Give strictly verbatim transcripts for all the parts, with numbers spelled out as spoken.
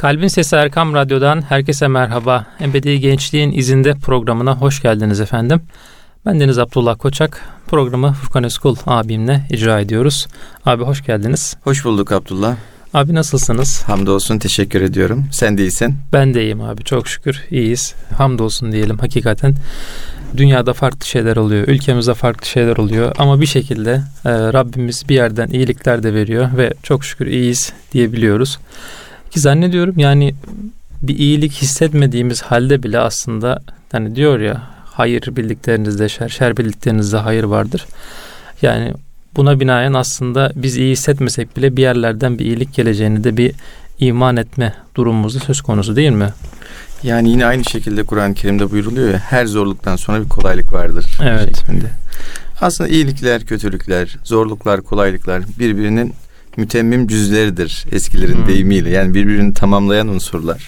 Kalbin Sesi Erkam Radyo'dan herkese merhaba. Ebedi Gençliğin İzinde programına hoş geldiniz efendim. Ben Deniz Abdullah Koçak. Programı Furkan Özkul abimle icra ediyoruz. Abi hoş geldiniz. Hoş bulduk Abdullah. Abi nasılsınız? Hamdolsun, teşekkür ediyorum. Sen de iyisin. Ben de iyiyim abi, çok şükür iyiyiz. Hamdolsun diyelim hakikaten. Dünyada farklı şeyler oluyor, ülkemizde farklı şeyler oluyor ama bir şekilde e, Rabbimiz bir yerden iyilikler de veriyor ve çok şükür iyiyiz diyebiliyoruz. Ki zannediyorum yani bir iyilik hissetmediğimiz halde bile aslında hani diyor ya, hayır bildiklerinizde şer, şer bildiklerinizde hayır vardır. Yani buna binaen aslında biz iyi hissetmesek bile bir yerlerden bir iyilik geleceğini de bir iman etme durumumuzda söz konusu değil mi? Yani yine aynı şekilde Kur'an-ı Kerim'de buyruluyor ya, her zorluktan sonra bir kolaylık vardır. Evet. Şeklinde. Aslında iyilikler, kötülükler, zorluklar, kolaylıklar birbirinin mütemmim cüzleridir eskilerin hmm. deyimiyle. Yani birbirini tamamlayan unsurlar.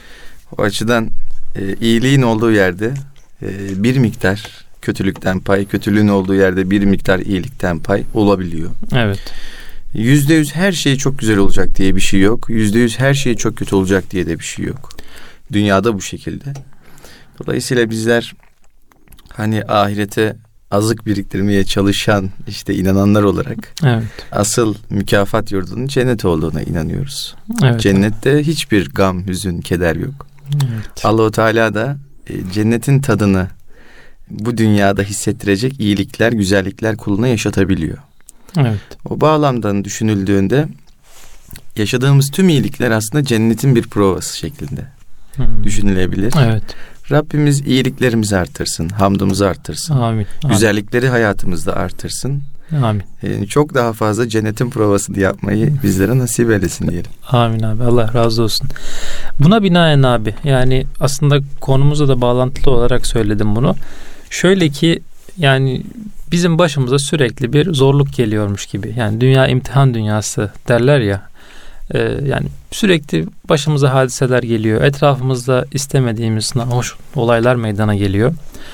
O açıdan e, iyiliğin olduğu yerde e, bir miktar kötülükten pay, kötülüğün olduğu yerde bir miktar iyilikten pay olabiliyor. Evet. Yüzde yüz her şey çok güzel olacak diye bir şey yok. Yüzde yüz her şey çok kötü olacak diye de bir şey yok. Dünyada bu şekilde. Dolayısıyla bizler hani ahirete azık biriktirmeye çalışan işte inananlar olarak evet. asıl mükafat yurdunun cennet olduğuna inanıyoruz. Evet. Cennette hiçbir gam, hüzün, keder yok. Evet. Allah-u Teala da e, cennetin tadını bu dünyada hissettirecek iyilikler, güzellikler kuluna yaşatabiliyor. Evet. O bağlamdan düşünüldüğünde yaşadığımız tüm iyilikler aslında cennetin bir provası şeklinde hmm. düşünülebilir. Evet. Rabbimiz iyiliklerimizi artırsın, hamdımızı artırsın. Amin. Güzellikleri hayatımızda artırsın. Amin. Yani çok daha fazla cennetin provasını yapmayı bizlere nasip eylesin diyelim. Amin abi, Allah razı olsun. Buna binaen abi, yani aslında konumuzla da bağlantılı olarak söyledim bunu. Şöyle ki yani bizim başımıza sürekli bir zorluk geliyormuş gibi. Yani dünya imtihan dünyası derler ya. E, yani sürekli başımıza hadiseler geliyor. Etrafımızda istemediğimiz hoş olaylar meydana geliyor.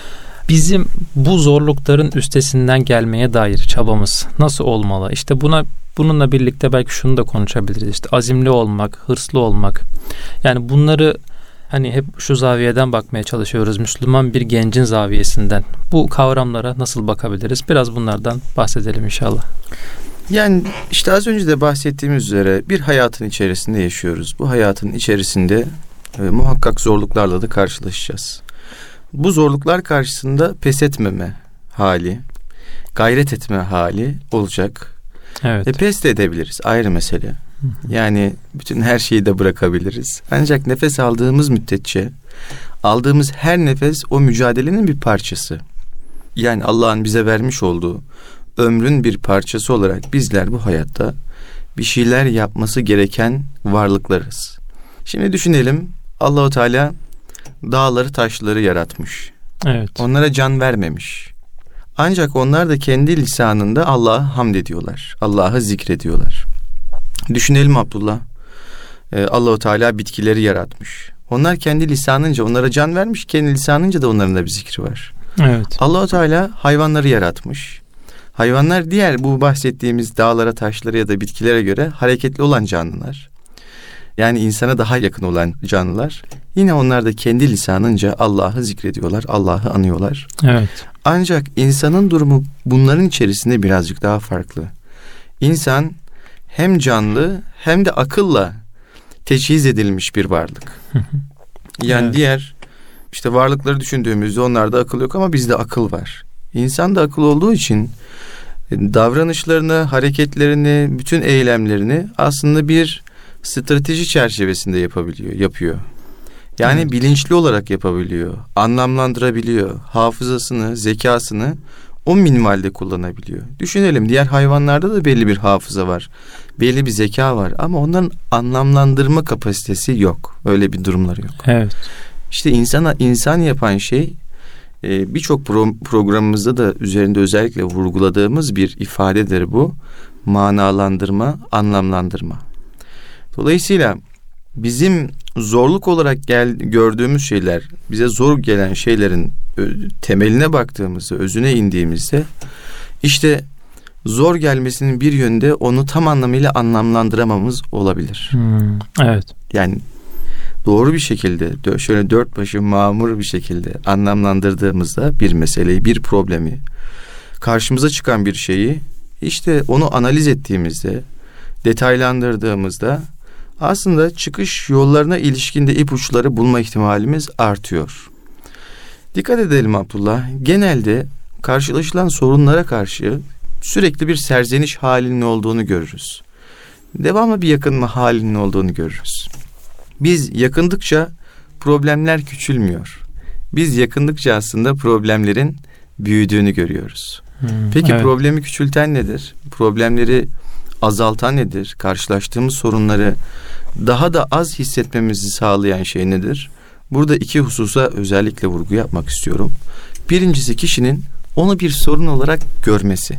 Bizim bu zorlukların üstesinden gelmeye dair çabamız nasıl olmalı? İşte buna bununla birlikte belki şunu da konuşabiliriz. İşte azimli olmak, hırslı olmak. Yani bunları hani hep şu zaviyeden bakmaya çalışıyoruz. Müslüman bir gencin zaviyesinden. Bu kavramlara nasıl bakabiliriz? Biraz bunlardan bahsedelim inşallah. Yani işte az önce de bahsettiğimiz üzere bir hayatın içerisinde yaşıyoruz. Bu hayatın içerisinde e, muhakkak zorluklarla da karşılaşacağız. Bu zorluklar karşısında pes etmeme hali, gayret etme hali olacak. Evet. E, pes de edebiliriz, ayrı mesele. Yani bütün her şeyi de bırakabiliriz. Ancak nefes aldığımız müddetçe aldığımız her nefes o mücadelenin bir parçası. Yani Allah'ın bize vermiş olduğu ömrün bir parçası olarak bizler bu hayatta bir şeyler yapması gereken varlıklarız. Şimdi düşünelim, Allah-u Teala dağları, taşları yaratmış. Evet. Onlara can vermemiş. Ancak onlar da kendi lisanında Allah'a hamd ediyorlar. Allah'ı zikrediyorlar. Düşünelim Abdullah. Ee, Allah-u Teala bitkileri yaratmış. Onlar kendi lisanınca onlara can vermiş. Kendi lisanınca da onların da bir zikri var. Evet. Allah-u Teala hayvanları yaratmış. Hayvanlar diğer bu bahsettiğimiz dağlara, taşlara ya da bitkilere göre hareketli olan canlılar. Yani insana daha yakın olan canlılar. Yine onlar da kendi lisanınca Allah'ı zikrediyorlar, Allah'ı anıyorlar. Evet. Ancak insanın durumu bunların içerisinde birazcık daha farklı. İnsan hem canlı hem de akılla teçhiz edilmiş bir varlık. Yani evet. diğer işte varlıkları düşündüğümüzde onlarda akıl yok ama bizde akıl var. İnsan da akıl olduğu için davranışlarını, hareketlerini, bütün eylemlerini aslında bir strateji çerçevesinde yapabiliyor, yapıyor. Yani evet. bilinçli olarak yapabiliyor, anlamlandırabiliyor, hafızasını, zekasını o minvalde kullanabiliyor. Düşünelim, diğer hayvanlarda da belli bir hafıza var, belli bir zeka var ama onların anlamlandırma kapasitesi yok. Öyle bir durumları yok. Evet. İşte insana insan yapan şey e, birçok pro- programımızda da üzerinde özellikle vurguladığımız bir ifadedir bu. Manalandırma, anlamlandırma. Dolayısıyla bizim zorluk olarak gel, gördüğümüz şeyler, bize zor gelen şeylerin temeline baktığımızda, özüne indiğimizde işte zor gelmesinin bir yönde onu tam anlamıyla anlamlandıramamız olabilir. Hmm, evet. Yani doğru bir şekilde, şöyle dört başı mamur bir şekilde anlamlandırdığımızda bir meseleyi, bir problemi, karşımıza çıkan bir şeyi, işte onu analiz ettiğimizde, detaylandırdığımızda aslında çıkış yollarına ilişkinde ipuçları bulma ihtimalimiz artıyor. Dikkat edelim Abdullah, genelde karşılaşılan sorunlara karşı sürekli bir serzeniş halinin olduğunu görürüz. Devamlı bir yakınma halinin olduğunu görürüz. Biz yakındıkça problemler küçülmüyor. Biz yakındıkça aslında problemlerin büyüdüğünü görüyoruz. Hmm, Peki evet. Problemi küçülten nedir? Problemleri azaltan nedir? Karşılaştığımız sorunları daha da az hissetmemizi sağlayan şey nedir? Burada iki hususa özellikle vurgu yapmak istiyorum. Birincisi, kişinin onu bir sorun olarak görmesi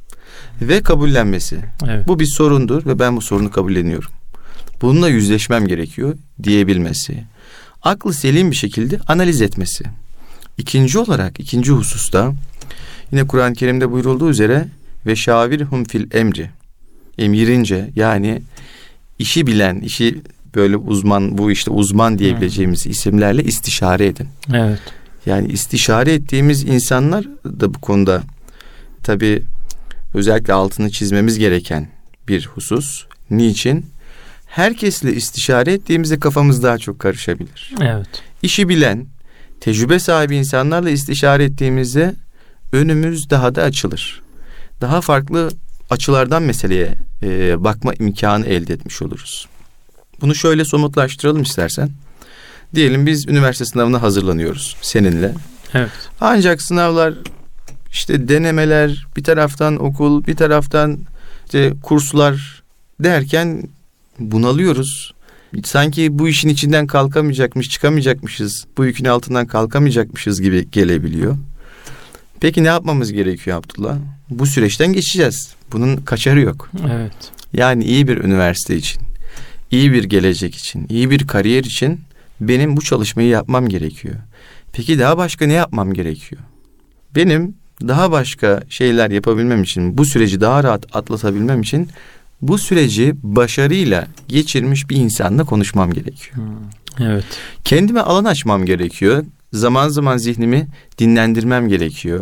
ve kabullenmesi. Evet. Bu bir sorundur ve ben bu sorunu kabulleniyorum. Bununla yüzleşmem gerekiyor diyebilmesi. Aklı selim bir şekilde analiz etmesi. İkinci olarak, ikinci hususta yine Kur'an-ı Kerim'de buyurulduğu üzere ve şavirhum fil emri. Emirince, yani işi bilen, işi böyle uzman, bu işte uzman diyebileceğimiz hmm. isimlerle istişare edin. Evet. Yani istişare ettiğimiz insanlar da bu konuda tabii özellikle altını çizmemiz gereken bir husus. Niçin? Herkesle istişare ettiğimizde kafamız daha çok karışabilir. Evet. İşi bilen, tecrübe sahibi insanlarla istişare ettiğimizde önümüz daha da açılır. Daha farklı açılardan meseleye e, bakma imkanı elde etmiş oluruz. Bunu şöyle somutlaştıralım istersen. Diyelim biz üniversite sınavına hazırlanıyoruz seninle. Evet. Ancak sınavlar, işte denemeler, bir taraftan okul, bir taraftan işte kurslar derken bunalıyoruz. Sanki bu işin içinden kalkamayacakmış, çıkamayacakmışız, bu yükün altından kalkamayacakmışız gibi gelebiliyor. Peki ne yapmamız gerekiyor Abdullah? Bu süreçten geçeceğiz. Bunun kaçarı yok. Evet. Yani iyi bir üniversite için, iyi bir gelecek için, iyi bir kariyer için benim bu çalışmayı yapmam gerekiyor. Peki daha başka ne yapmam gerekiyor? Benim daha başka şeyler yapabilmem için, bu süreci daha rahat atlatabilmem için bu süreci başarıyla geçirmiş bir insanla konuşmam gerekiyor. Hmm, evet. Kendime alan açmam gerekiyor. Zaman zaman zihnimi dinlendirmem gerekiyor.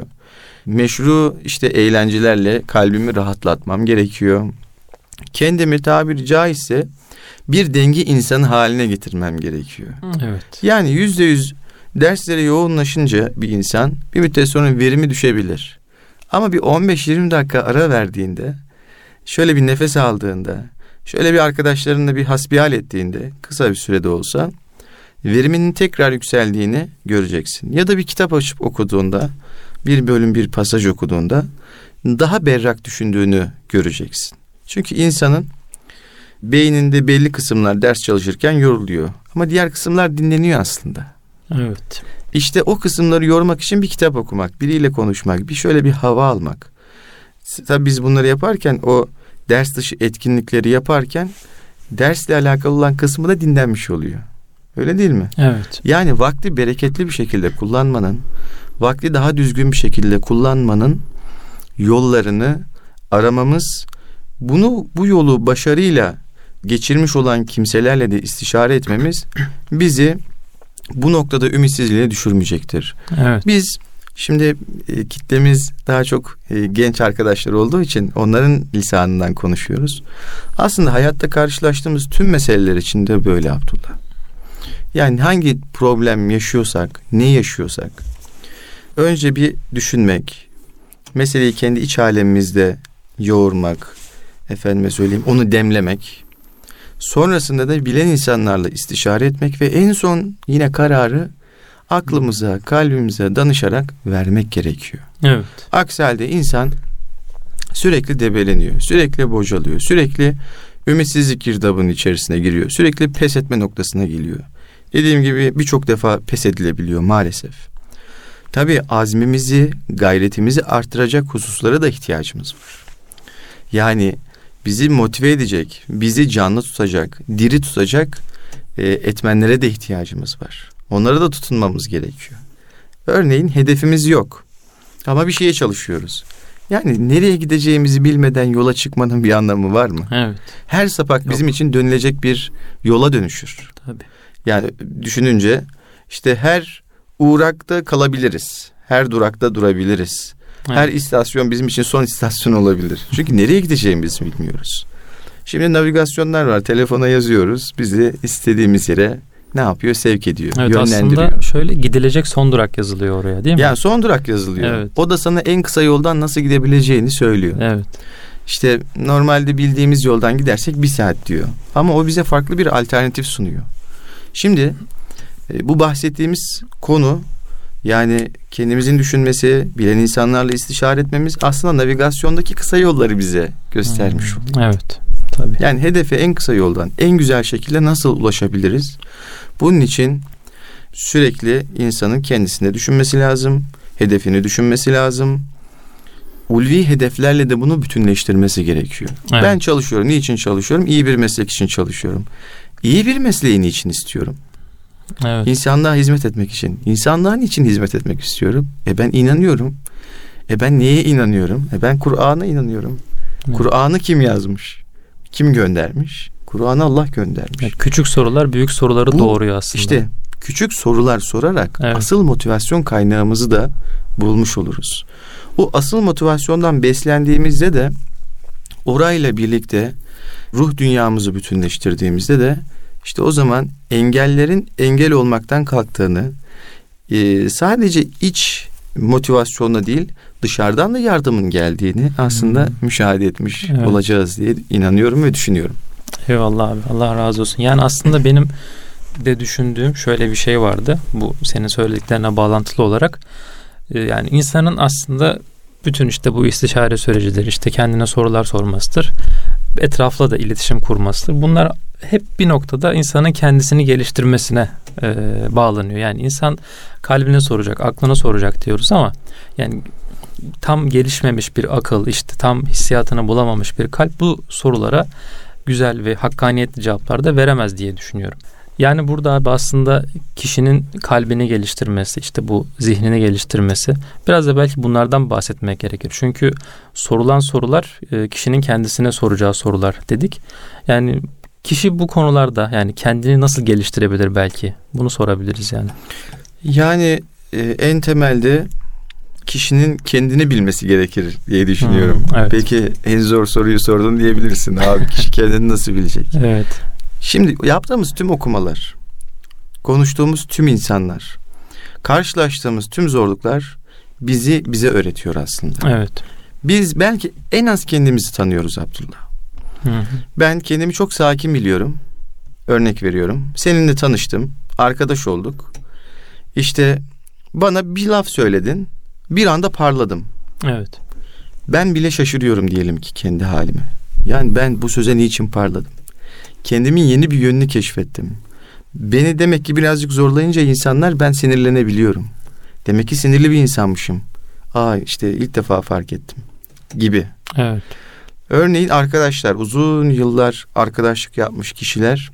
Meşru işte eğlencelerle kalbimi rahatlatmam gerekiyor. Kendimi tabiri caizse bir denge insanı haline getirmem gerekiyor. Evet. Yani yüzde yüz derslere yoğunlaşınca bir insan bir müddet sonra verimi düşebilir. Ama bir on beş yirmi dakika ara verdiğinde, şöyle bir nefes aldığında, şöyle bir arkadaşlarınla bir hasbihal ettiğinde, kısa bir sürede olsa veriminin tekrar yükseldiğini göreceksin. Ya da bir kitap açıp okuduğunda, bir bölüm bir pasaj okuduğunda daha berrak düşündüğünü göreceksin. Çünkü insanın beyninde belli kısımlar ders çalışırken yoruluyor. Ama diğer kısımlar dinleniyor aslında. Evet. İşte o kısımları yormak için bir kitap okumak, biriyle konuşmak, bir şöyle bir hava almak. Tabii biz bunları yaparken, o ders dışı etkinlikleri yaparken dersle alakalı olan kısmı da dinlenmiş oluyor. Öyle değil mi? Evet. Yani vakti bereketli bir şekilde kullanmanın, vakti daha düzgün bir şekilde kullanmanın yollarını aramamız, bunu bu yolu başarıyla geçirmiş olan kimselerle de istişare etmemiz bizi bu noktada ümitsizliğe düşürmeyecektir. Evet. Biz şimdi e, kitlemiz daha çok e, genç arkadaşlar olduğu için onların lisanından konuşuyoruz. Aslında hayatta karşılaştığımız tüm meseleler için de böyle Abdullah. Yani hangi problem yaşıyorsak, ne yaşıyorsak önce bir düşünmek, meseleyi kendi iç alemimizde yoğurmak, efendime söyleyeyim onu demlemek, sonrasında da bilen insanlarla istişare etmek ve en son yine kararı aklımıza, kalbimize danışarak vermek gerekiyor. Evet. Aksi halde insan sürekli debeleniyor, sürekli bocalıyor, sürekli ümitsizlik girdabının içerisine giriyor, sürekli pes etme noktasına geliyor. Dediğim gibi birçok defa pes edilebiliyor maalesef. Tabii azmimizi, gayretimizi artıracak hususlara da ihtiyacımız var. Yani bizi motive edecek, bizi canlı tutacak, diri tutacak e, etmenlere de ihtiyacımız var. Onlara da tutunmamız gerekiyor. Örneğin hedefimiz yok ama bir şeye çalışıyoruz. Yani nereye gideceğimizi bilmeden yola çıkmanın bir anlamı var mı? Evet. Her sapak bizim Yok. için dönülecek bir yola dönüşür. Tabii. Yani düşününce işte her uğrakta kalabiliriz. Her durakta durabiliriz. Evet. Her istasyon bizim için son istasyon olabilir. Çünkü nereye gideceğimizi bilmiyoruz. Şimdi navigasyonlar var. Telefona yazıyoruz. Bizi istediğimiz yere ne yapıyor? Sevk ediyor. Evet, yönlendiriyor. Aslında şöyle gidilecek son durak yazılıyor oraya, değil mi? Yani son durak yazılıyor. Evet. O da sana en kısa yoldan nasıl gidebileceğini söylüyor. Evet. İşte normalde bildiğimiz yoldan gidersek bir saat diyor. Ama o bize farklı bir alternatif sunuyor. Şimdi bu bahsettiğimiz konu, yani kendimizin düşünmesi, bilen insanlarla istişare etmemiz aslında navigasyondaki kısa yolları bize göstermiş oluyor. Hmm, evet. Tabii. Yani hedefe en kısa yoldan en güzel şekilde nasıl ulaşabiliriz? Bunun için sürekli insanın kendisinde düşünmesi lazım, hedefini düşünmesi lazım. Ulvi hedeflerle de bunu bütünleştirmesi gerekiyor. Evet. Ben çalışıyorum. Niçin çalışıyorum? İyi bir meslek için çalışıyorum. İyi bir mesleği niçin istiyorum? Evet. İnsanlığa hizmet etmek için. İnsanlığa niçin hizmet etmek istiyorum? E ben inanıyorum. E ben neye inanıyorum? E ben Kur'an'a inanıyorum. Evet. Kur'an'ı kim yazmış? Kim göndermiş? Kur'an'ı Allah göndermiş. Evet, küçük sorular büyük soruları Bu, doğuruyor aslında. İşte küçük sorular sorarak evet. asıl motivasyon kaynağımızı da bulmuş oluruz. O asıl motivasyondan beslendiğimizde de orayla birlikte ruh dünyamızı bütünleştirdiğimizde de işte o zaman engellerin engel olmaktan kalktığını, e, sadece iç motivasyonla değil dışarıdan da yardımın geldiğini aslında hmm. müşahede etmiş evet. olacağız diye inanıyorum ve düşünüyorum. Eyvallah abi, Allah razı olsun. Yani aslında benim de düşündüğüm şöyle bir şey vardı. Bu senin söylediklerine bağlantılı olarak. E, yani insanın aslında bütün işte bu istişare sürecidir, işte kendine sorular sormasıdır, etrafla da iletişim kurmasıdır. Bunlar hep bir noktada insanın kendisini geliştirmesine e, bağlanıyor. Yani insan kalbine soracak, aklına soracak diyoruz ama yani tam gelişmemiş bir akıl, işte tam hissiyatını bulamamış bir kalp bu sorulara güzel ve hakkaniyetli cevaplar da veremez diye düşünüyorum. Yani burada abi aslında kişinin kalbini geliştirmesi, işte bu zihnini geliştirmesi, biraz da belki bunlardan bahsetmek gerekir. Çünkü sorulan sorular kişinin kendisine soracağı sorular dedik. Yani kişi bu konularda yani kendini nasıl geliştirebilir belki? Bunu sorabiliriz yani. Yani e, en temelde kişinin kendini bilmesi gerekir diye düşünüyorum. Hmm, evet. Peki en zor soruyu sordun diyebilirsin. Abi kişi kendini nasıl bilecek? Evet. Şimdi yaptığımız tüm okumalar, konuştuğumuz tüm insanlar, karşılaştığımız tüm zorluklar bizi bize öğretiyor aslında. Evet. Biz belki en az kendimizi tanıyoruz Abdullah. Hı hı. Ben kendimi çok sakin biliyorum. Örnek veriyorum. Seninle tanıştım, arkadaş olduk. İşte bana bir laf söyledin, bir anda parladım. Evet. Ben bile şaşırıyorum diyelim ki kendi halime. Yani ben bu söze niçin parladım? Kendimin yeni bir yönünü keşfettim. Beni demek ki birazcık zorlayınca insanlar ben sinirlenebiliyorum. Demek ki sinirli bir insanmışım. Aa işte ilk defa fark ettim gibi. Evet. Örneğin arkadaşlar, uzun yıllar arkadaşlık yapmış kişiler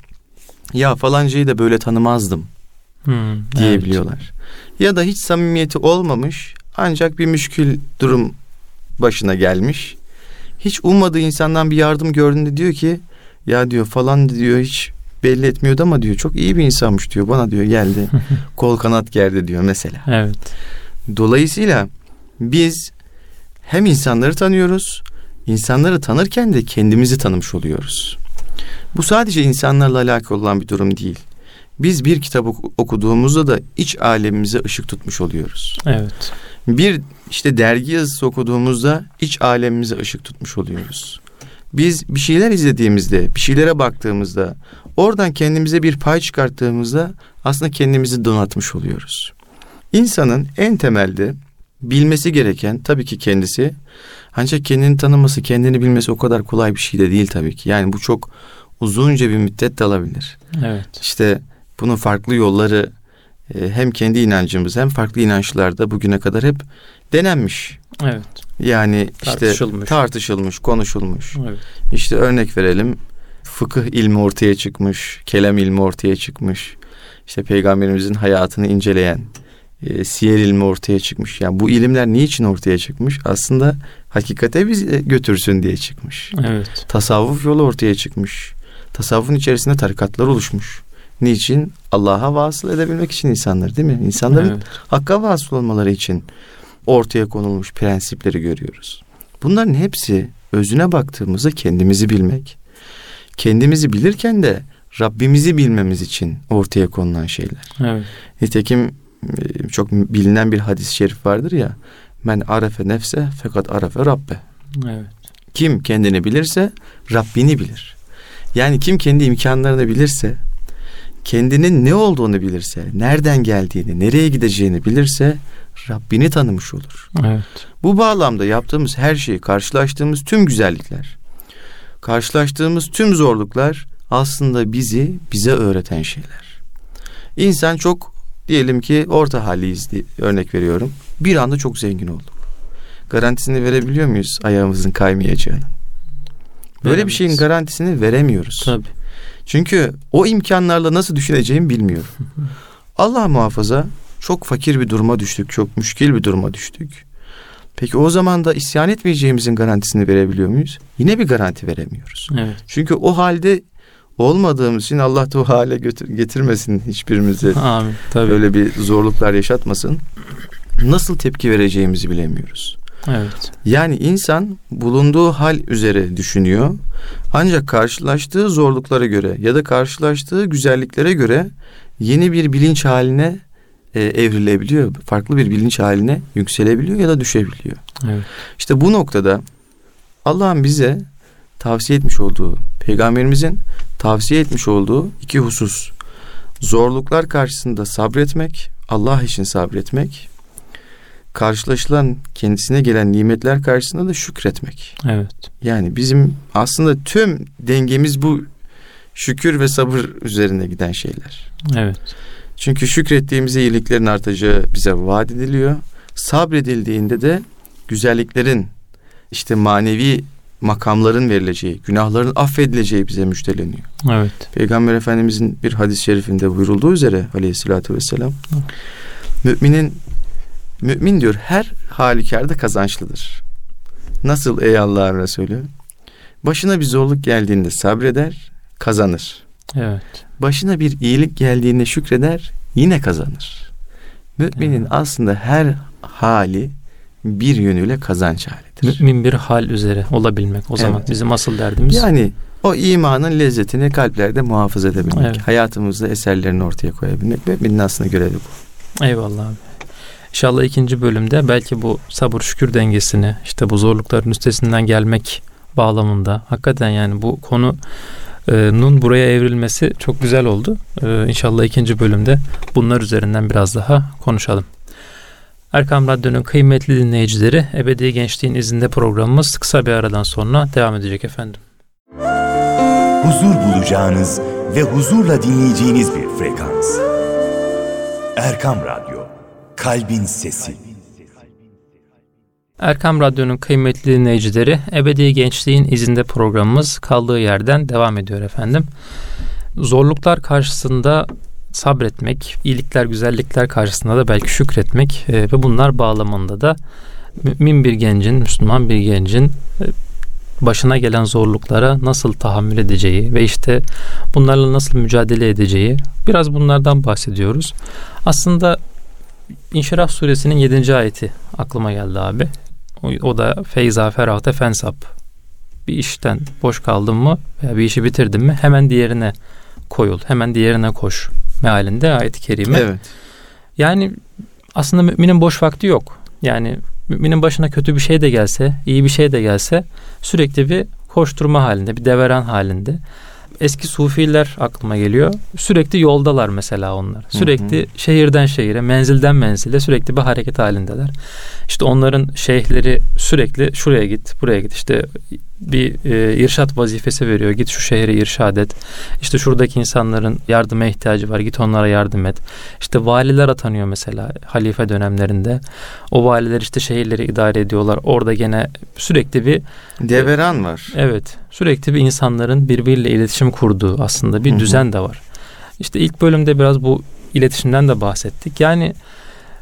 ya falancayı da böyle tanımazdım hmm, diyebiliyorlar. Evet. Ya da hiç samimiyeti olmamış ancak bir müşkül durum başına gelmiş. Hiç ummadığı insandan bir yardım gördüğünde diyor ki ya diyor falan diyor hiç belli etmiyordu ama diyor çok iyi bir insanmış diyor, bana diyor geldi kol kanat gerdi diyor mesela. Evet. Dolayısıyla biz hem insanları tanıyoruz, insanları tanırken de kendimizi tanımış oluyoruz. Bu sadece insanlarla alakalı olan bir durum değil. Biz bir kitap okuduğumuzda da iç alemimize ışık tutmuş oluyoruz. Evet. Bir işte dergi yazısı okuduğumuzda iç alemimize ışık tutmuş oluyoruz. Biz bir şeyler izlediğimizde, bir şeylere baktığımızda, oradan kendimize bir pay çıkarttığımızda aslında kendimizi donatmış oluyoruz. İnsanın en temelde bilmesi gereken tabii ki kendisi. Ancak kendini tanıması, kendini bilmesi o kadar kolay bir şey de değil tabii ki. Yani bu çok uzunca bir müddet de alabilir. Evet. İşte bunun farklı yolları hem kendi inancımız hem farklı inançlarda bugüne kadar hep denenmiş. Evet. Yani işte tartışılmış, tartışılmış konuşulmuş. Evet. İşte örnek verelim. Fıkıh ilmi ortaya çıkmış, kelam ilmi ortaya çıkmış. İşte Peygamberimizin hayatını inceleyen e, siyer ilmi ortaya çıkmış. Yani bu ilimler niçin ortaya çıkmış? Aslında hakikate bizi götürsün diye çıkmış. Evet. Tasavvuf yolu ortaya çıkmış. Tasavvufun içerisinde tarikatlar oluşmuş. Niçin? Allah'a vasıl edebilmek için insanlar, değil mi? İnsanların evet. Hakka vasıl olmaları için ortaya konulmuş prensipleri görüyoruz. Bunların hepsi özüne baktığımızda kendimizi bilmek, kendimizi bilirken de Rabbimizi bilmemiz için ortaya konulan şeyler. Evet. Nitekim çok bilinen bir hadis-i şerif vardır ya, men arefe nefse fakat arefe Rabbe. Evet. Kim kendini bilirse Rabbini bilir. Yani kim kendi imkanlarını bilirse, kendinin ne olduğunu bilirse, nereden geldiğini, nereye gideceğini bilirse Rabbini tanımış olur. Evet. Bu bağlamda yaptığımız her şey, karşılaştığımız tüm güzellikler, karşılaştığımız tüm zorluklar aslında bizi bize öğreten şeyler. İnsan çok, diyelim ki orta halliyiz diye örnek veriyorum. Bir anda çok zengin olduk. Garantisini verebiliyor muyuz ayağımızın kaymayacağını? Böyle Veremeyiz. Bir şeyin garantisini veremiyoruz. Tabii. Çünkü o imkanlarla nasıl düşüneceğimi bilmiyorum. Allah muhafaza çok fakir bir duruma düştük, çok müşkil bir duruma düştük. Peki o zaman da isyan etmeyeceğimizin garantisini verebiliyor muyuz? Yine bir garanti veremiyoruz. Evet. Çünkü o halde olmadığımız için Allah da o hale götür, getirmesin hiçbirimizi. Amin. Tabii. Böyle bir zorluklar yaşatmasın. Nasıl tepki vereceğimizi bilemiyoruz. Evet. Yani insan bulunduğu hal üzere düşünüyor. Ancak karşılaştığı zorluklara göre ya da karşılaştığı güzelliklere göre yeni bir bilinç haline e, evrilebiliyor. Farklı bir bilinç haline yükselebiliyor ya da düşebiliyor. Evet. İşte bu noktada Allah'ın bize tavsiye etmiş olduğu, Peygamberimizin tavsiye etmiş olduğu iki husus. Zorluklar karşısında sabretmek, Allah için sabretmek, karşılaşılan, kendisine gelen nimetler karşısında da şükretmek. Evet. Yani bizim aslında tüm dengemiz bu şükür ve sabır üzerine giden şeyler. Evet. Çünkü şükrettiğimizde iyiliklerin artacağı bize vaat ediliyor. Sabredildiğinde de güzelliklerin, işte manevi makamların verileceği, günahların affedileceği bize müjdeleniyor. Evet. Peygamber Efendimizin bir hadis-i şerifinde buyurulduğu üzere aleyhissalatü vesselam, müminin mümin diyor her halükarda kazançlıdır. Nasıl ey Allah'ın Resulü? Başına bir zorluk geldiğinde sabreder, kazanır. Evet. Başına bir iyilik geldiğinde şükreder, yine kazanır. Müminin evet. aslında her hali bir yönüyle kazanç halidir. Mümin bir hal üzere olabilmek o zaman evet. bizim asıl derdimiz. Yani o imanın lezzetini kalplerde muhafaza edebilmek. Evet. Hayatımızda eserlerini ortaya koyabilmek. Müminin aslında görevi bu. Eyvallah abi. İnşallah ikinci bölümde belki bu sabır şükür dengesini, işte bu zorlukların üstesinden gelmek bağlamında, hakikaten yani bu konunun buraya evrilmesi çok güzel oldu. Ee, İnşallah ikinci bölümde bunlar üzerinden biraz daha konuşalım. Erkam Radyo'nun kıymetli dinleyicileri, Ebedi Gençliğin İzinde programımız kısa bir aradan sonra devam edecek efendim. Huzur bulacağınız ve huzurla dinleyeceğiniz bir frekans. Erkam Radyo, Kalbin Sesi. Erkam Radyo'nun kıymetli dinleyicileri, Ebedi Gençliğin İzinde programımız kaldığı yerden devam ediyor efendim. Zorluklar karşısında sabretmek, iyilikler, güzellikler karşısında da belki şükretmek e, ve bunlar bağlamında da mümin bir gencin, Müslüman bir gencin e, başına gelen zorluklara nasıl tahammül edeceği ve işte bunlarla nasıl mücadele edeceği, biraz bunlardan bahsediyoruz. Aslında İnşirah suresinin yedinci ayeti aklıma geldi abi. O, o da feyza ferahte fensab. Bir işten boş kaldın mı veya bir işi bitirdin mi hemen diğerine koyul, hemen diğerine koş mealinde ayet-i kerime. Evet. Yani aslında müminin boş vakti yok. Yani müminin başına kötü bir şey de gelse, iyi bir şey de gelse sürekli bir koşturma halinde, bir deveran halinde. Eski sufiler aklıma geliyor. Sürekli yoldalar mesela onlar. Sürekli hı hı. şehirden şehire, menzilden menzile sürekli bir hareket halindeler. İşte onların şeyhleri sürekli şuraya git, buraya git. İşte bir e, irşat vazifesi veriyor. Git şu şehre irşad et. İşte şuradaki insanların yardıma ihtiyacı var. Git onlara yardım et. İşte valiler atanıyor mesela halife dönemlerinde. O valiler işte şehirleri idare ediyorlar. Orada gene sürekli bir deveran var. Evet. Sürekli bir insanların birbiriyle iletişim kurduğu aslında bir Hı-hı. düzen de var. İşte ilk bölümde biraz bu iletişimden de bahsettik. Yani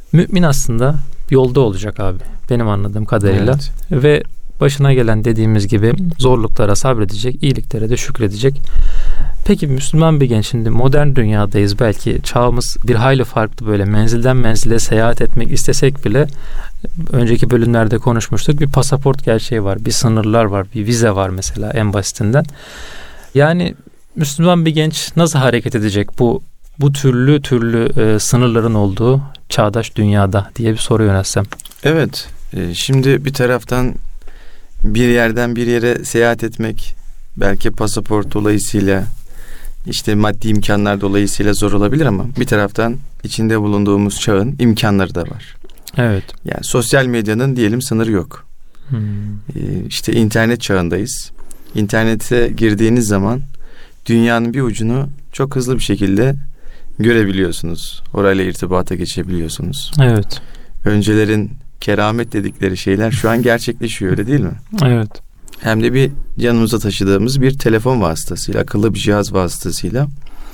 Mümin aslında yolda olacak abi. Benim anladığım kadarıyla. Evet. Ve başına gelen dediğimiz gibi zorluklara sabredecek, iyiliklere de şükredecek. Peki Müslüman bir genç, şimdi modern dünyadayız. Belki çağımız bir hayli farklı, böyle menzilden menzile seyahat etmek istesek bile önceki bölümlerde konuşmuştuk. Bir pasaport gerçeği var, bir sınırlar var, bir vize var mesela en basitinden. Yani Müslüman bir genç nasıl hareket edecek bu bu türlü türlü e, sınırların olduğu çağdaş dünyada diye bir soru yöneltsem. Evet. E, şimdi bir taraftan bir yerden bir yere seyahat etmek belki pasaport dolayısıyla, işte maddi imkanlar dolayısıyla zor olabilir ama bir taraftan içinde bulunduğumuz çağın imkanları da var. Evet. Yani sosyal medyanın diyelim sınırı yok. Hmm. Ee, işte internet çağındayız. İnternete girdiğiniz zaman dünyanın bir ucunu çok hızlı bir şekilde görebiliyorsunuz. Orayla irtibata geçebiliyorsunuz. Evet. Öncelerin keramet dedikleri şeyler şu an gerçekleşiyor, öyle değil mi? Evet. Hem de bir yanımıza taşıdığımız bir telefon vasıtasıyla, akıllı bir cihaz vasıtasıyla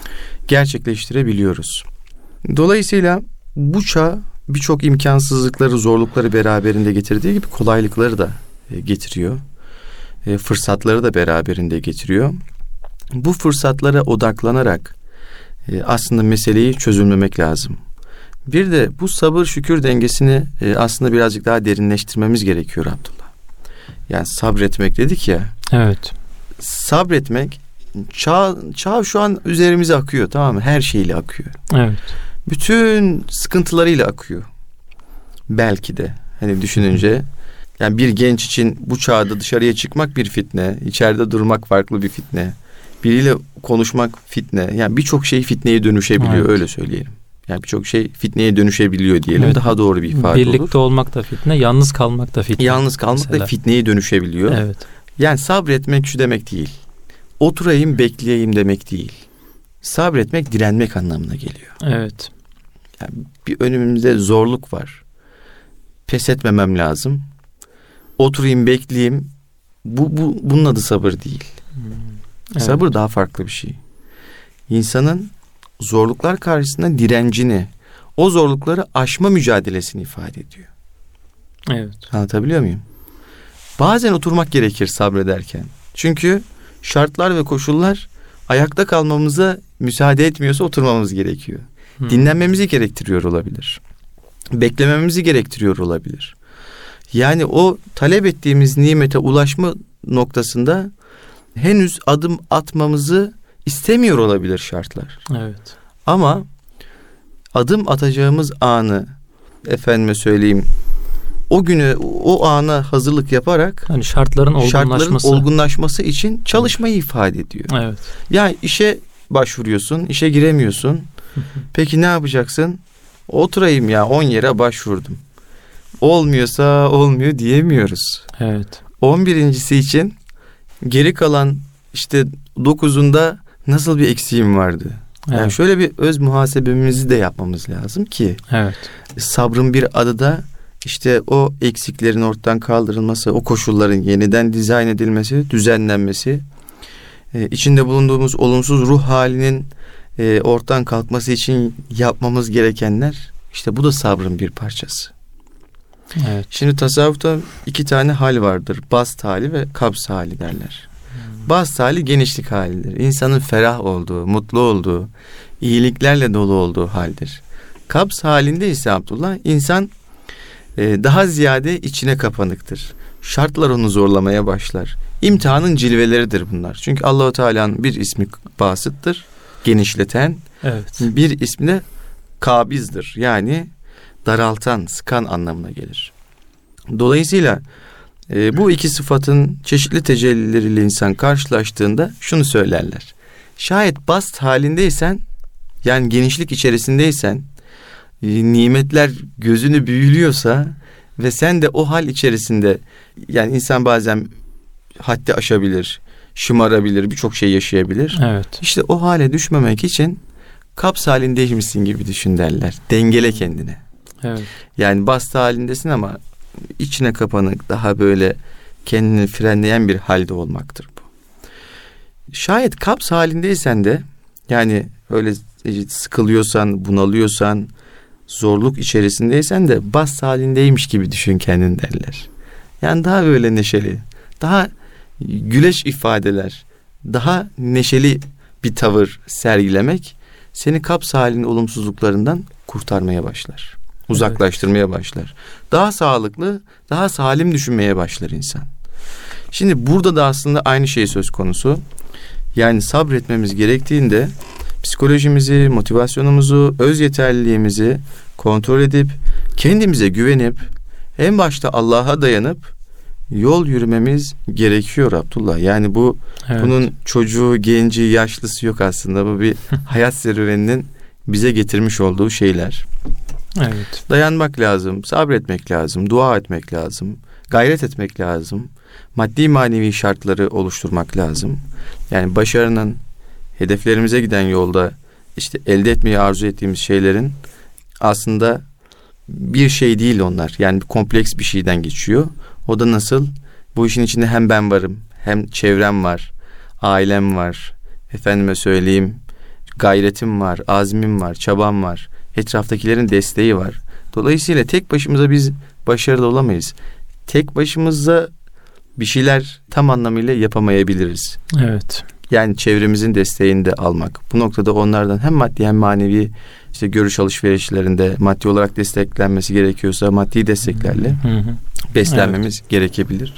gerçekleştirebiliyoruz. Dolayısıyla bu çağ birçok imkansızlıkları, zorlukları beraberinde getirdiği gibi kolaylıkları da getiriyor. E, fırsatları da beraberinde getiriyor. Bu fırsatlara odaklanarak e, aslında meseleyi çözümlemek lazım. Bir de bu sabır şükür dengesini e, aslında birazcık daha derinleştirmemiz gerekiyor Abdullah. Yani sabretmek dedik ya. Evet. Sabretmek, çağ, çağ şu an üzerimize akıyor, tamam mı? Her şeyle akıyor. Evet. Bütün sıkıntılarıyla akıyor. Belki de hani düşününce, yani bir genç için bu çağda dışarıya çıkmak bir fitne, içeride durmak farklı bir fitne, biriyle konuşmak fitne. Yani birçok şey fitneye dönüşebiliyor, evet. Öyle söyleyelim. Yani birçok şey fitneye dönüşebiliyor diyelim. Evet. Daha doğru bir ifade Birlikte olur. Birlikte olmak da fitne, yalnız kalmak da fitne. Yalnız kalmak mesela da fitneye dönüşebiliyor. Evet. Yani sabretmek şu demek değil. Oturayım bekleyeyim demek değil. Sabretmek direnmek anlamına geliyor. Evet. Yani bir önümüzde zorluk var. Pes etmemem lazım. Oturayım bekleyeyim. Bu, bu bunun adı sabır değil. Hmm. Evet. Sabır daha farklı bir şey. İnsanın zorluklar karşısında direncini, o zorlukları aşma mücadelesini ifade ediyor. Evet. Anlatabiliyor muyum? Bazen oturmak gerekir sabrederken. Çünkü şartlar ve koşullar ayakta kalmamıza müsaade etmiyorsa oturmamız gerekiyor. Hmm. Dinlenmemizi gerektiriyor olabilir. Beklememizi gerektiriyor olabilir. Yani o talep ettiğimiz nimete ulaşma noktasında henüz adım atmamızı istemiyor olabilir şartlar. Evet. Ama adım atacağımız anı, efendime söyleyeyim, o günü, o ana hazırlık yaparak hani şartların olgunlaşması, şartların olgunlaşması için çalışmayı ifade ediyor. Evet. Yani işe başvuruyorsun, işe giremiyorsun. Peki ne yapacaksın? Oturayım ya, on yere başvurdum. Olmuyorsa olmuyor diyemiyoruz. Evet. on birincisi için geri kalan işte dokuzunda nasıl bir eksiğim vardı? Yani evet. Şöyle bir öz muhasebemizi de yapmamız lazım ki evet. Sabrın bir adı da işte o eksiklerin ortadan kaldırılması, o koşulların yeniden dizayn edilmesi, düzenlenmesi, e, içinde bulunduğumuz olumsuz ruh halinin e, ortadan kalkması için yapmamız gerekenler, işte bu da sabrın bir parçası. Evet. Şimdi tasavvufta iki tane hal vardır. Bast hali ve kabz hali derler. Hmm. Bast hali genişlik halidir. İnsanın ferah olduğu, mutlu olduğu, iyiliklerle dolu olduğu haldir. Kabz halinde ise Abdullah, insan e, daha ziyade içine kapanıktır. Şartlar onu zorlamaya başlar. İmtihanın cilveleridir bunlar. Çünkü Allah-u Teala'nın bir ismi basıttır, genişleten. Evet. Bir ismi de kabizdir. Yani daraltan, sıkan anlamına gelir. Dolayısıyla e, bu iki sıfatın çeşitli tecellileriyle insan karşılaştığında şunu söylerler. Şayet bast halindeysen, yani genişlik içerisindeysen, e, nimetler gözünü büyülüyorsa ve sen de o hal içerisinde, yani insan bazen haddi aşabilir, şımarabilir, birçok şey yaşayabilir. Evet. İşte o hale düşmemek için kabz halindeymişsin gibi düşün derler. Dengele kendine. Evet. Yani bastı halindesin ama içine kapanık, daha böyle kendini frenleyen bir halde olmaktır bu. Şayet kabz halindeysen de, yani öyle sıkılıyorsan, bunalıyorsan, zorluk içerisindeysen de bas halindeymiş gibi düşün kendini derler. Yani daha böyle neşeli, daha güleç ifadeler, daha neşeli bir tavır sergilemek seni kaps halinin olumsuzluklarından kurtarmaya başlar. Uzaklaştırmaya evet. başlar. Daha sağlıklı, daha salim düşünmeye başlar insan. Şimdi burada da aslında aynı şey söz konusu. Yani sabretmemiz gerektiğinde psikolojimizi, motivasyonumuzu, öz yeterliliğimizi kontrol edip kendimize güvenip en başta Allah'a dayanıp yol yürümemiz gerekiyor Abdullah. Yani bu evet. bunun çocuğu, genci, yaşlısı yok aslında. Bu bir hayat serüveninin bize getirmiş olduğu şeyler. Evet. Dayanmak lazım, sabretmek lazım, dua etmek lazım, gayret etmek lazım. Maddi manevi şartları oluşturmak lazım. Yani başarının, hedeflerimize giden yolda işte elde etmeyi arzu ettiğimiz şeylerin aslında bir şey değil onlar. Yani kompleks bir şeyden geçiyor. O da nasıl? Bu işin içinde hem ben varım, hem çevrem var, ailem var, efendime söyleyeyim, gayretim var, azmim var, çabam var, etraftakilerin desteği var. Dolayısıyla tek başımıza biz başarılı olamayız. Tek başımıza bir şeyler tam anlamıyla yapamayabiliriz. Evet. Yani çevremizin desteğini de almak. Bu noktada onlardan hem maddi hem manevi işte görüş alışverişlerinde maddi olarak desteklenmesi gerekiyorsa maddi desteklerle hı hı. beslenmemiz evet. gerekebilir.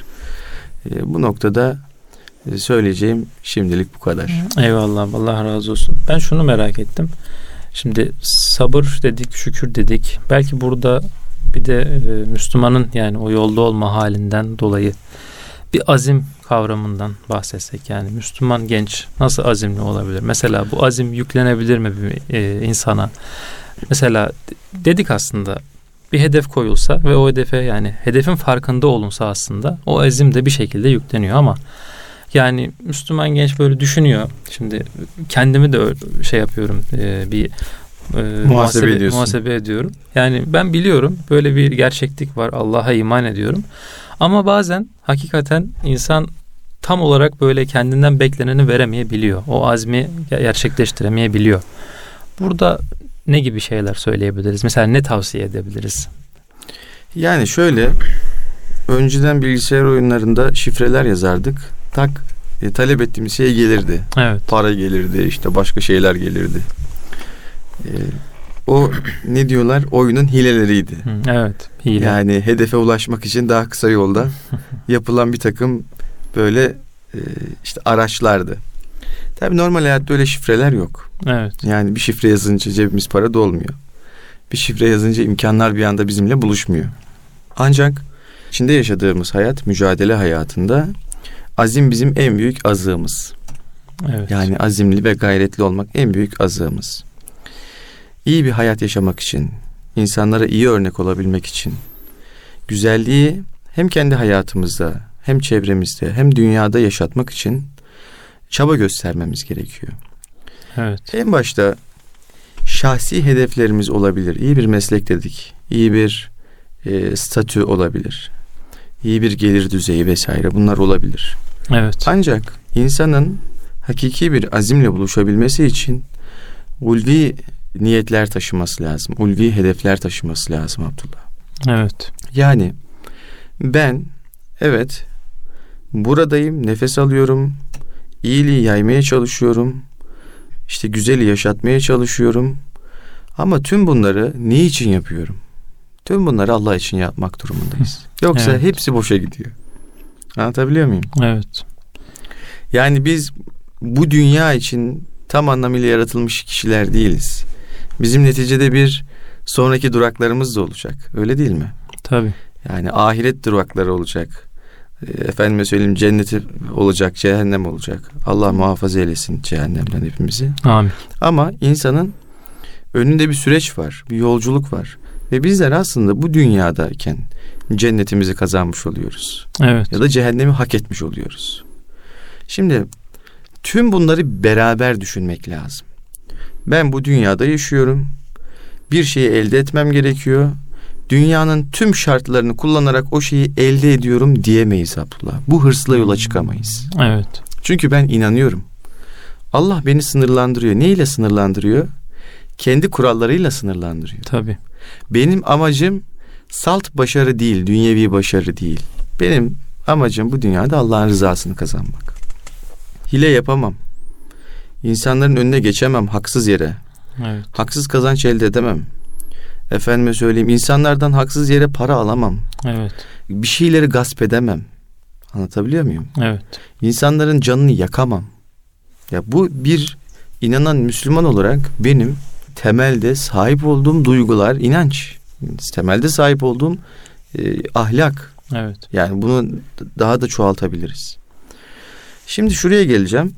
E, bu noktada e, söyleyeceğim şimdilik bu kadar. Eyvallah, Allah razı olsun. Ben şunu merak ettim. Şimdi sabır dedik, şükür dedik. Belki burada bir de e, Müslümanın yani o yolda olma halinden dolayı bir azim kavramından bahsetsek. Yani Müslüman genç nasıl azimli olabilir? Mesela bu azim yüklenebilir mi bir e, insana? Mesela dedik aslında bir hedef koyulsa ve o hedefe yani hedefin farkında olunsa aslında o azim de bir şekilde yükleniyor ama yani Müslüman genç böyle düşünüyor. Şimdi kendimi de şey yapıyorum e, bir e, muhasebe, muhasebe, muhasebe ediyorum. Yani ben biliyorum böyle bir gerçeklik var. Allah'a iman ediyorum. Ama bazen hakikaten insan tam olarak böyle kendinden bekleneni veremeyebiliyor. O azmi gerçekleştiremeyebiliyor. Burada ne gibi şeyler söyleyebiliriz? Mesela ne tavsiye edebiliriz? Yani şöyle, önceden bilgisayar oyunlarında şifreler yazardık. Tak e, talep ettiğimiz şey gelirdi. Evet. Para gelirdi, işte başka şeyler gelirdi. E, o ne diyorlar? Oyunun hileleriydi. Hı, evet. Hile. Yani hedefe ulaşmak için daha kısa yolda yapılan bir takım böyle e, işte araçlardı. Tabii normal hayatta öyle şifreler yok. Evet. Yani bir şifre yazınca cebimiz para dolmuyor. Bir şifre yazınca imkanlar bir anda bizimle buluşmuyor. Ancak içinde yaşadığımız hayat, mücadele hayatında azim bizim en büyük azığımız. Evet. Yani azimli ve gayretli olmak en büyük azığımız. İyi bir hayat yaşamak için, insanlara iyi örnek olabilmek için, güzelliği hem kendi hayatımızda, hem çevremizde, hem dünyada yaşatmak için çaba göstermemiz gerekiyor. Evet. En başta şahsi hedeflerimiz olabilir. İyi bir meslek dedik, iyi bir e, statü olabilir, iyi bir gelir düzeyi vesaire, bunlar olabilir. Evet. Ancak insanın hakiki bir azimle buluşabilmesi için ulvi niyetler taşıması lazım. Ulvi hedefler taşıması lazım Abdullah. Evet. Yani ben evet buradayım, nefes alıyorum, iyiliği yaymaya çalışıyorum, işte güzeli yaşatmaya çalışıyorum. Ama tüm bunları ne için yapıyorum? Tüm bunları Allah için yapmak durumundayız. Yoksa evet. hepsi boşa gidiyor. Anlatabiliyor muyum? Evet. Yani biz bu dünya için tam anlamıyla yaratılmış kişiler değiliz. Bizim neticede bir sonraki duraklarımız da olacak. Öyle değil mi? Tabii. Yani ahiret durakları olacak. Efendime söyleyeyim, cenneti olacak, cehennem olacak. Allah muhafaza eylesin cehennemden hepimizi. Amin. Ama insanın önünde bir süreç var, bir yolculuk var. Ve bizler aslında bu dünyadayken cennetimizi kazanmış oluyoruz. Evet. Ya da cehennemi hak etmiş oluyoruz. Şimdi tüm bunları beraber düşünmek lazım. Ben bu dünyada yaşıyorum. Bir şeyi elde etmem gerekiyor. Dünyanın tüm şartlarını kullanarak o şeyi elde ediyorum diyemeyiz Abdullah. Bu hırsla yola çıkamayız. Evet. Çünkü ben inanıyorum. Allah beni sınırlandırıyor. Ne ile sınırlandırıyor? kendi kurallarıyla sınırlandırıyor. Tabii. Benim amacım salt başarı değil, dünyevi başarı değil. Benim amacım bu dünyada Allah'ın rızasını kazanmak. Hile yapamam. İnsanların önüne geçemem haksız yere. Evet. Haksız kazanç elde edemem. Efendime söyleyeyim, insanlardan haksız yere para alamam. Evet. Bir şeyleri gasp edemem. Anlatabiliyor muyum? Evet. İnsanların canını yakamam. Ya bu bir inanan Müslüman olarak benim temelde sahip olduğum duygular, inanç. Temelde sahip olduğum e, ahlak. Evet. Yani bunu daha da çoğaltabiliriz. Şimdi şuraya geleceğim.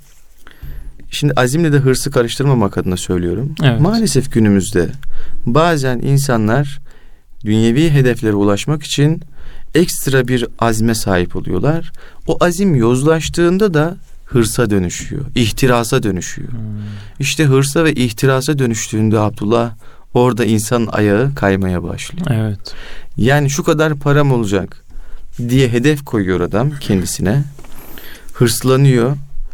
Şimdi azimle de hırsı karıştırmamak adına söylüyorum. Evet. Maalesef günümüzde bazen insanlar dünyevi hedeflere ulaşmak için ekstra bir azme sahip oluyorlar. O azim yozlaştığında da hırsa dönüşüyor, ihtirasa dönüşüyor. Hmm. İşte hırsa ve ihtirasa dönüştüğünde Abdullah, orada insanın ayağı kaymaya başlıyor. Evet. Yani şu kadar param olacak diye hedef koyuyor adam kendisine. Hırslanıyor.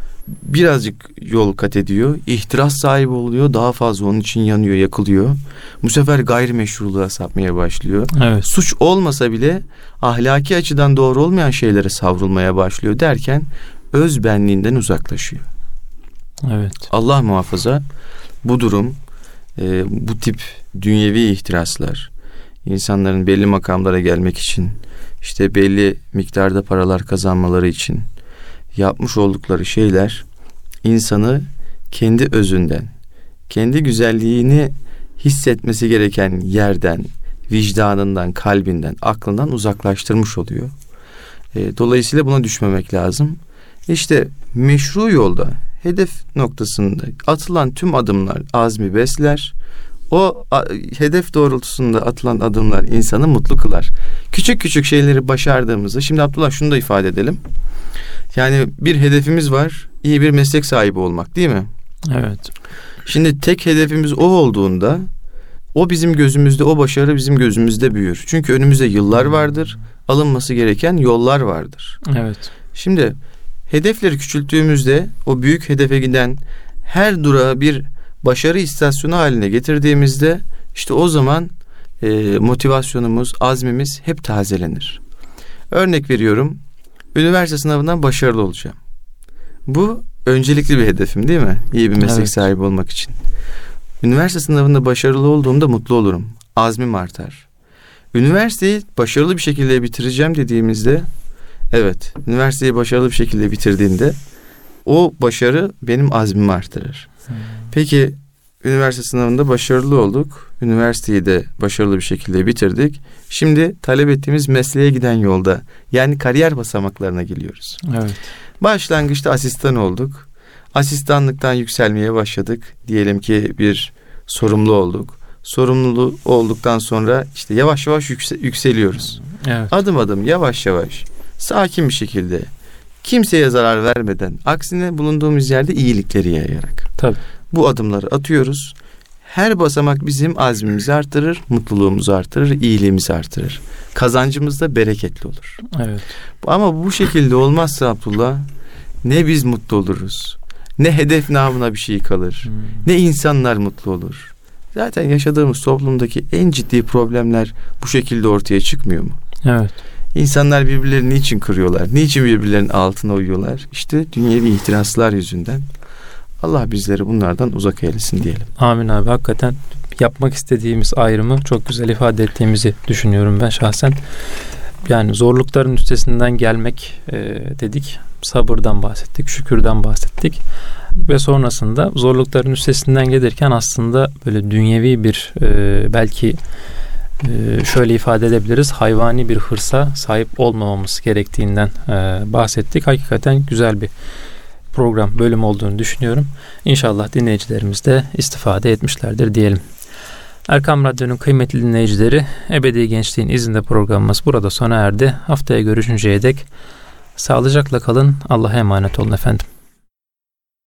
Birazcık yol kat ediyor. İhtiras sahibi oluyor. Daha fazla onun için yanıyor, yakılıyor. Bu sefer gayrimeşruluğa sapmaya başlıyor. Evet. Suç olmasa bile ahlaki açıdan doğru olmayan şeylere savrulmaya başlıyor derken öz benliğinden uzaklaşıyor. Evet. Allah muhafaza bu durum, e, bu tip dünyevi ihtiraslar, insanların belli makamlara gelmek için, işte belli miktarda paralar kazanmaları için yapmış oldukları şeyler insanı kendi özünden, kendi güzelliğini hissetmesi gereken yerden, vicdanından, kalbinden, aklından uzaklaştırmış oluyor. E, dolayısıyla buna düşmemek lazım. İşte meşru yolda, hedef noktasında atılan tüm adımlar azmi besler. O a, hedef doğrultusunda atılan adımlar insanı mutlu kılar. Küçük küçük şeyleri başardığımızda, şimdi Abdullah şunu da ifade edelim. Yani bir hedefimiz var, iyi bir meslek sahibi olmak, değil mi? Evet. Şimdi tek hedefimiz o olduğunda, o bizim gözümüzde, o başarı bizim gözümüzde büyür. Çünkü önümüzde yıllar vardır, alınması gereken yollar vardır. Evet. Şimdi hedefleri küçülttüğümüzde, o büyük hedefe giden her durağı bir başarı istasyonu haline getirdiğimizde, işte o zaman e, motivasyonumuz, azmimiz hep tazelenir. Örnek veriyorum, üniversite sınavından başarılı olacağım. Bu öncelikli bir hedefim, değil mi? İyi bir meslek evet. sahibi olmak için. Üniversite sınavında başarılı olduğumda mutlu olurum. Azmim artar. Üniversiteyi başarılı bir şekilde bitireceğim dediğimizde, evet, üniversiteyi başarılı bir şekilde bitirdiğinde o başarı benim azmimi artırır. Hmm. Peki üniversite sınavında başarılı olduk. Üniversiteyi de başarılı bir şekilde bitirdik. Şimdi talep ettiğimiz mesleğe giden yolda, yani kariyer basamaklarına geliyoruz. Evet. Başlangıçta asistan olduk. Asistanlıktan yükselmeye başladık. Diyelim ki bir sorumlu olduk. Sorumlu olduktan sonra işte yavaş yavaş yükse- yükseliyoruz. Evet. Adım adım, yavaş yavaş, sakin bir şekilde, kimseye zarar vermeden, aksine bulunduğumuz yerde iyilikleri yayarak. Tabii. Bu adımları atıyoruz. Her basamak bizim azmimizi artırır, mutluluğumuzu artırır, iyiliğimizi artırır. Kazancımız da bereketli olur. Evet. Ama bu şekilde olmazsa Abdullah, ne biz mutlu oluruz, ne hedef namına bir şey kalır, hmm. ne insanlar mutlu olur. Zaten yaşadığımız toplumdaki en ciddi problemler bu şekilde ortaya çıkmıyor mu? Evet. İnsanlar birbirlerini niçin kırıyorlar? Niçin birbirlerinin altına uyuyorlar? İşte dünyevi ihtiraslar yüzünden. Allah bizleri bunlardan uzak eylesin diyelim. Amin abi. Hakikaten yapmak istediğimiz ayrımı çok güzel ifade ettiğimizi düşünüyorum ben şahsen. Yani zorlukların üstesinden gelmek e, dedik. Sabırdan bahsettik, şükürden bahsettik. Ve sonrasında zorlukların üstesinden gelirken aslında böyle dünyevi bir e, belki e, şöyle ifade edebiliriz, hayvani bir hırsa sahip olmamamız gerektiğinden e, bahsettik. Hakikaten güzel bir program, bölüm olduğunu düşünüyorum. İnşallah dinleyicilerimiz de istifade etmişlerdir diyelim. Erkam Radyo'nun kıymetli dinleyicileri, Ebedi Gençliğin izinde programımız burada sona erdi. Haftaya görüşünceye dek sağlıcakla kalın. Allah'a emanet olun efendim.